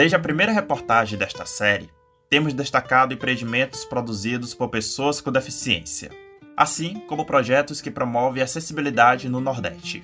Desde a primeira reportagem desta série, temos destacado empreendimentos produzidos por pessoas com deficiência, assim como projetos que promovem acessibilidade no Nordeste.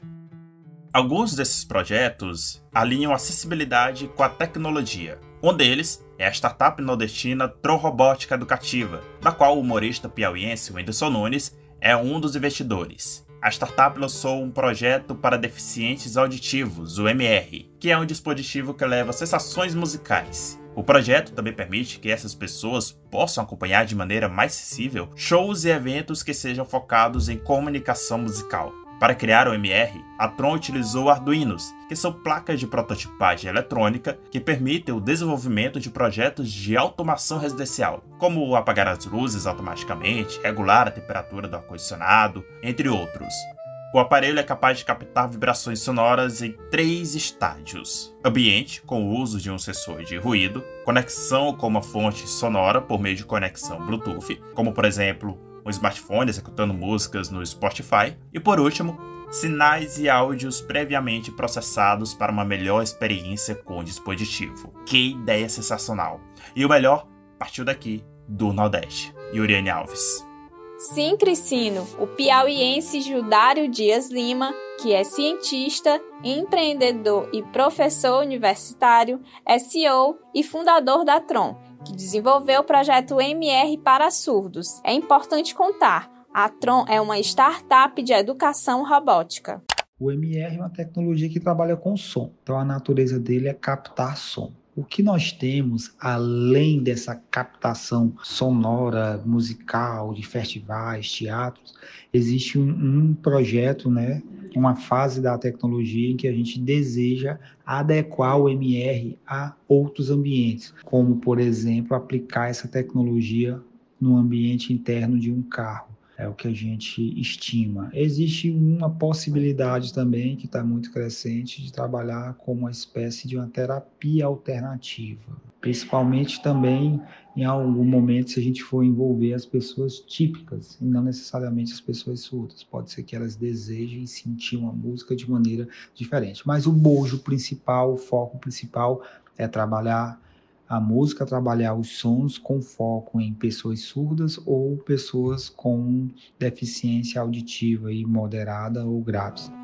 Alguns desses projetos alinham acessibilidade com a tecnologia. Um deles é a startup nordestina Tron Robótica Educativa, da qual o humorista piauiense Whindersson Nunes é um dos investidores. A startup lançou um projeto para deficientes auditivos, o MR, que é um dispositivo que leva sensações musicais. O projeto também permite que essas pessoas possam acompanhar de maneira mais acessível shows e eventos que sejam focados em comunicação musical. Para criar o MR, a Tron utilizou Arduinos, que são placas de prototipagem eletrônica que permitem o desenvolvimento de projetos de automação residencial, como apagar as luzes automaticamente, regular a temperatura do ar-condicionado, entre outros. O aparelho é capaz de captar vibrações sonoras em 3 estágios: ambiente, com o uso de um sensor de ruído, conexão com uma fonte sonora por meio de conexão Bluetooth, como por exemplo um smartphone executando músicas no Spotify, e por último, sinais e áudios previamente processados para uma melhor experiência com o dispositivo. Que ideia sensacional! E o melhor partiu daqui, do Nordeste. Yuriane Alves. Sim, Cricino, o piauiense Judário Dias Lima, que é cientista, empreendedor e professor universitário, é CEO e fundador da Tron, que desenvolveu o projeto MR para surdos. É importante contar, a Tron é uma startup de educação robótica. O MR é uma tecnologia que trabalha com som, então a natureza dele é captar som. O que nós temos, além dessa captação sonora, musical, de festivais, teatros, existe um projeto, uma fase da tecnologia em que a gente deseja adequar o MR a outros ambientes, como, por exemplo, aplicar essa tecnologia no ambiente interno de um carro. É o que a gente estima. Existe uma possibilidade também, que está muito crescente, de trabalhar como uma espécie de uma terapia alternativa. Principalmente também, em algum momento, se a gente for envolver as pessoas típicas, e não necessariamente as pessoas surdas. Pode ser que elas desejem sentir uma música de maneira diferente. Mas o bojo principal, o foco principal é trabalhar a música, trabalhar os sons com foco em pessoas surdas ou pessoas com deficiência auditiva e moderada ou graves.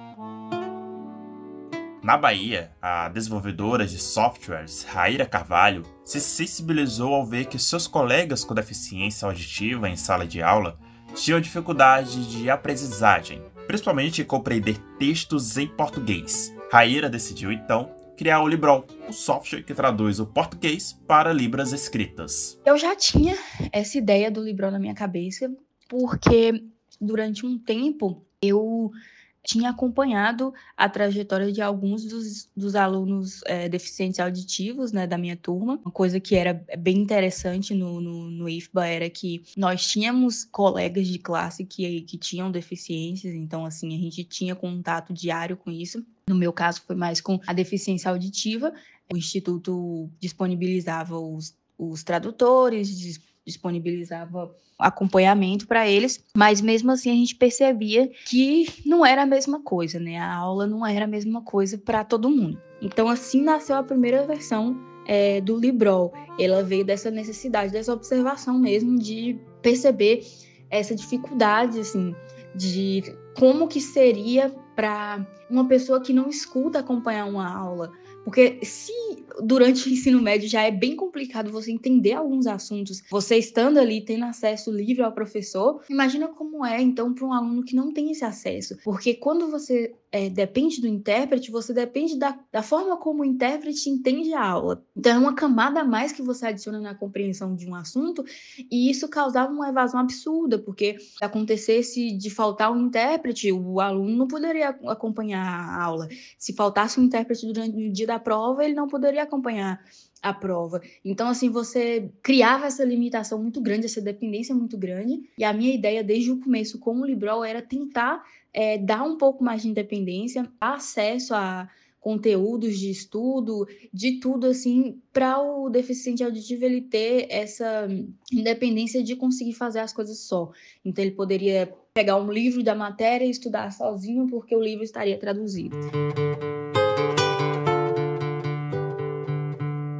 Na Bahia, a desenvolvedora de softwares Raíra Carvalho se sensibilizou ao ver que seus colegas com deficiência auditiva em sala de aula tinham dificuldade de aprendizagem, principalmente em compreender textos em português. Raíra decidiu então criar o Librol, um software que traduz o português para libras escritas. Eu já tinha essa ideia do Librol na minha cabeça, porque durante um tempo eu tinha acompanhado a trajetória de alguns dos alunos deficientes auditivos, da minha turma. Uma coisa que era bem interessante no IFBA era que nós tínhamos colegas de classe que tinham deficiências, então assim, a gente tinha contato diário com isso. No meu caso, foi mais com a deficiência auditiva. O Instituto disponibilizava os tradutores, disponibilizava acompanhamento para eles, mas mesmo assim a gente percebia que não era a mesma coisa, A aula não era a mesma coisa para todo mundo. Então assim nasceu a primeira versão do Librol. Ela veio dessa necessidade, dessa observação mesmo de perceber essa dificuldade, assim, de como que seria para uma pessoa que não escuta acompanhar uma aula. Porque se durante o ensino médio já é bem complicado você entender alguns assuntos, você estando ali, tendo acesso livre ao professor, imagina como é, então, para um aluno que não tem esse acesso. Porque quando você depende do intérprete, você depende da forma como o intérprete entende a aula. Então, é uma camada a mais que você adiciona na compreensão de um assunto, e isso causava uma evasão absurda, porque se acontecesse de faltar um intérprete, o aluno não poderia acompanhar a aula. Se faltasse um intérprete durante o dia da prova, ele não poderia acompanhar a prova. Então, assim, você criava essa limitação muito grande, essa dependência muito grande, e a minha ideia desde o começo com o Librol era tentar dar um pouco mais de independência, acesso a conteúdos de estudo, de tudo, assim, para o deficiente auditivo ele ter essa independência de conseguir fazer as coisas só. Então, ele poderia pegar um livro da matéria e estudar sozinho, porque o livro estaria traduzido.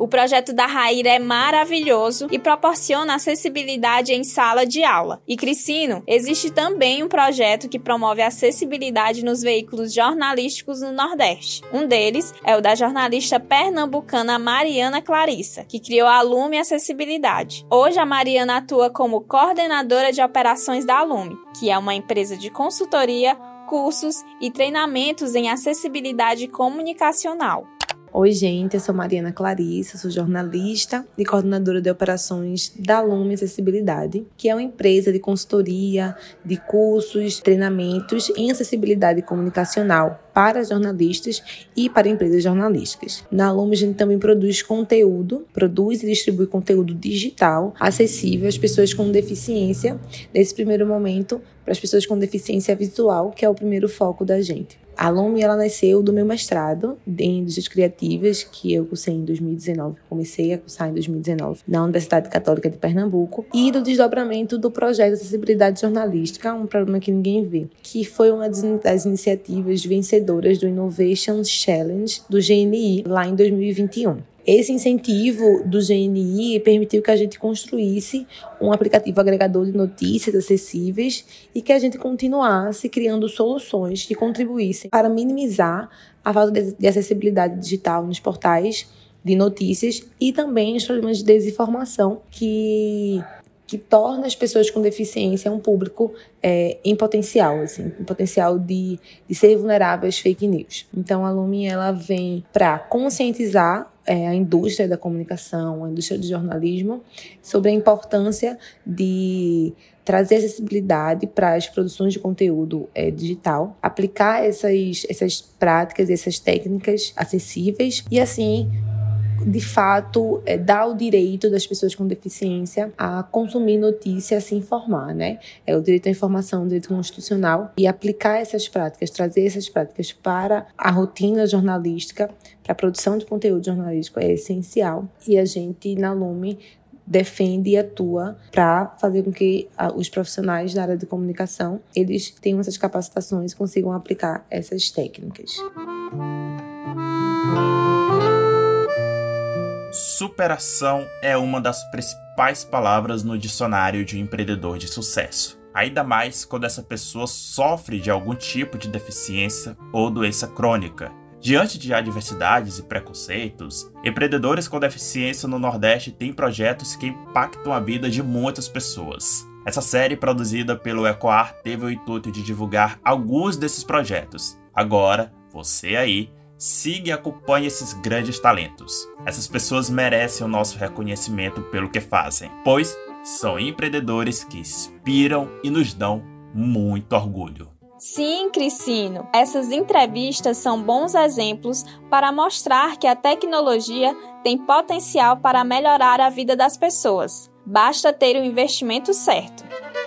O projeto da Raíra é maravilhoso e proporciona acessibilidade em sala de aula. E Cricino, existe também um projeto que promove a acessibilidade nos veículos jornalísticos no Nordeste. Um deles é o da jornalista pernambucana Mariana Clarissa, que criou a Lume Acessibilidade. Hoje a Mariana atua como coordenadora de operações da Lume, que é uma empresa de consultoria, cursos e treinamentos em acessibilidade comunicacional. Oi, gente, eu sou Mariana Clarissa, sou jornalista e coordenadora de operações da Lume Acessibilidade, que é uma empresa de consultoria, de cursos, treinamentos em acessibilidade comunicacional para jornalistas e para empresas jornalísticas. Na Lume, a gente também produz e distribui conteúdo digital acessível às pessoas com deficiência, nesse primeiro momento, para as pessoas com deficiência visual, que é o primeiro foco da gente. A Lume, ela nasceu do meu mestrado em indústrias criativas, que eu cursei em 2019, comecei a cursar em 2019, na Universidade Católica de Pernambuco, e do desdobramento do projeto de acessibilidade jornalística, um problema que ninguém vê, que foi uma das iniciativas vencedoras do Innovation Challenge do GNI, lá em 2021. Esse incentivo do GNI permitiu que a gente construísse um aplicativo agregador de notícias acessíveis e que a gente continuasse criando soluções que contribuíssem para minimizar a falta de acessibilidade digital nos portais de notícias e também os problemas de desinformação que torna as pessoas com deficiência um público em potencial, em potencial de ser vulnerável às fake news. Então, a Lume, ela vem para conscientizar a indústria da comunicação, a indústria do jornalismo, sobre a importância de trazer acessibilidade para as produções de conteúdo digital, aplicar essas práticas, essas técnicas acessíveis e, assim, de fato, dar o direito das pessoas com deficiência a consumir notícia, a se informar, né? É o direito à informação, o direito constitucional, e aplicar essas práticas, trazer essas práticas para a rotina jornalística, para a produção de conteúdo jornalístico é essencial. E a gente, na Lume, defende e atua para fazer com que os profissionais da área de comunicação, eles tenham essas capacitações e consigam aplicar essas técnicas. Superação é uma das principais palavras no dicionário de um empreendedor de sucesso. Ainda mais quando essa pessoa sofre de algum tipo de deficiência ou doença crônica. Diante de adversidades e preconceitos, empreendedores com deficiência no Nordeste têm projetos que impactam a vida de muitas pessoas. Essa série, produzida pelo Ecoar, teve o intuito de divulgar alguns desses projetos. Agora, você aí, siga e acompanhe esses grandes talentos. Essas pessoas merecem o nosso reconhecimento pelo que fazem, pois são empreendedores que inspiram e nos dão muito orgulho. Sim, Cricino, essas entrevistas são bons exemplos para mostrar que a tecnologia tem potencial para melhorar a vida das pessoas. Basta ter o investimento certo.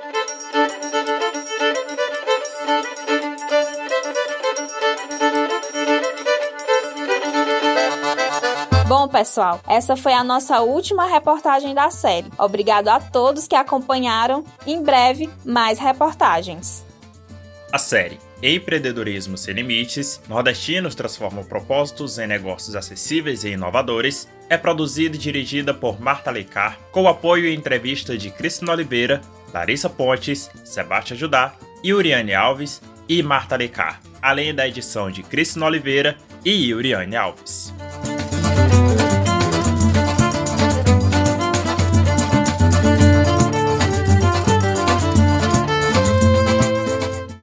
Bom, pessoal, essa foi a nossa última reportagem da série. Obrigado a todos que acompanharam. Em breve, mais reportagens. A série Empreendedorismo Sem Limites, Nordestinos Transformam Propósitos em Negócios Acessíveis e Inovadores, é produzida e dirigida por Marta Alencar, com apoio e entrevista de Cricino Oliveira, Larissa Pontes, Sebastião Judá, Yuriane Alves e Marta Alencar, além da edição de Cricino Oliveira e Yuriane Alves.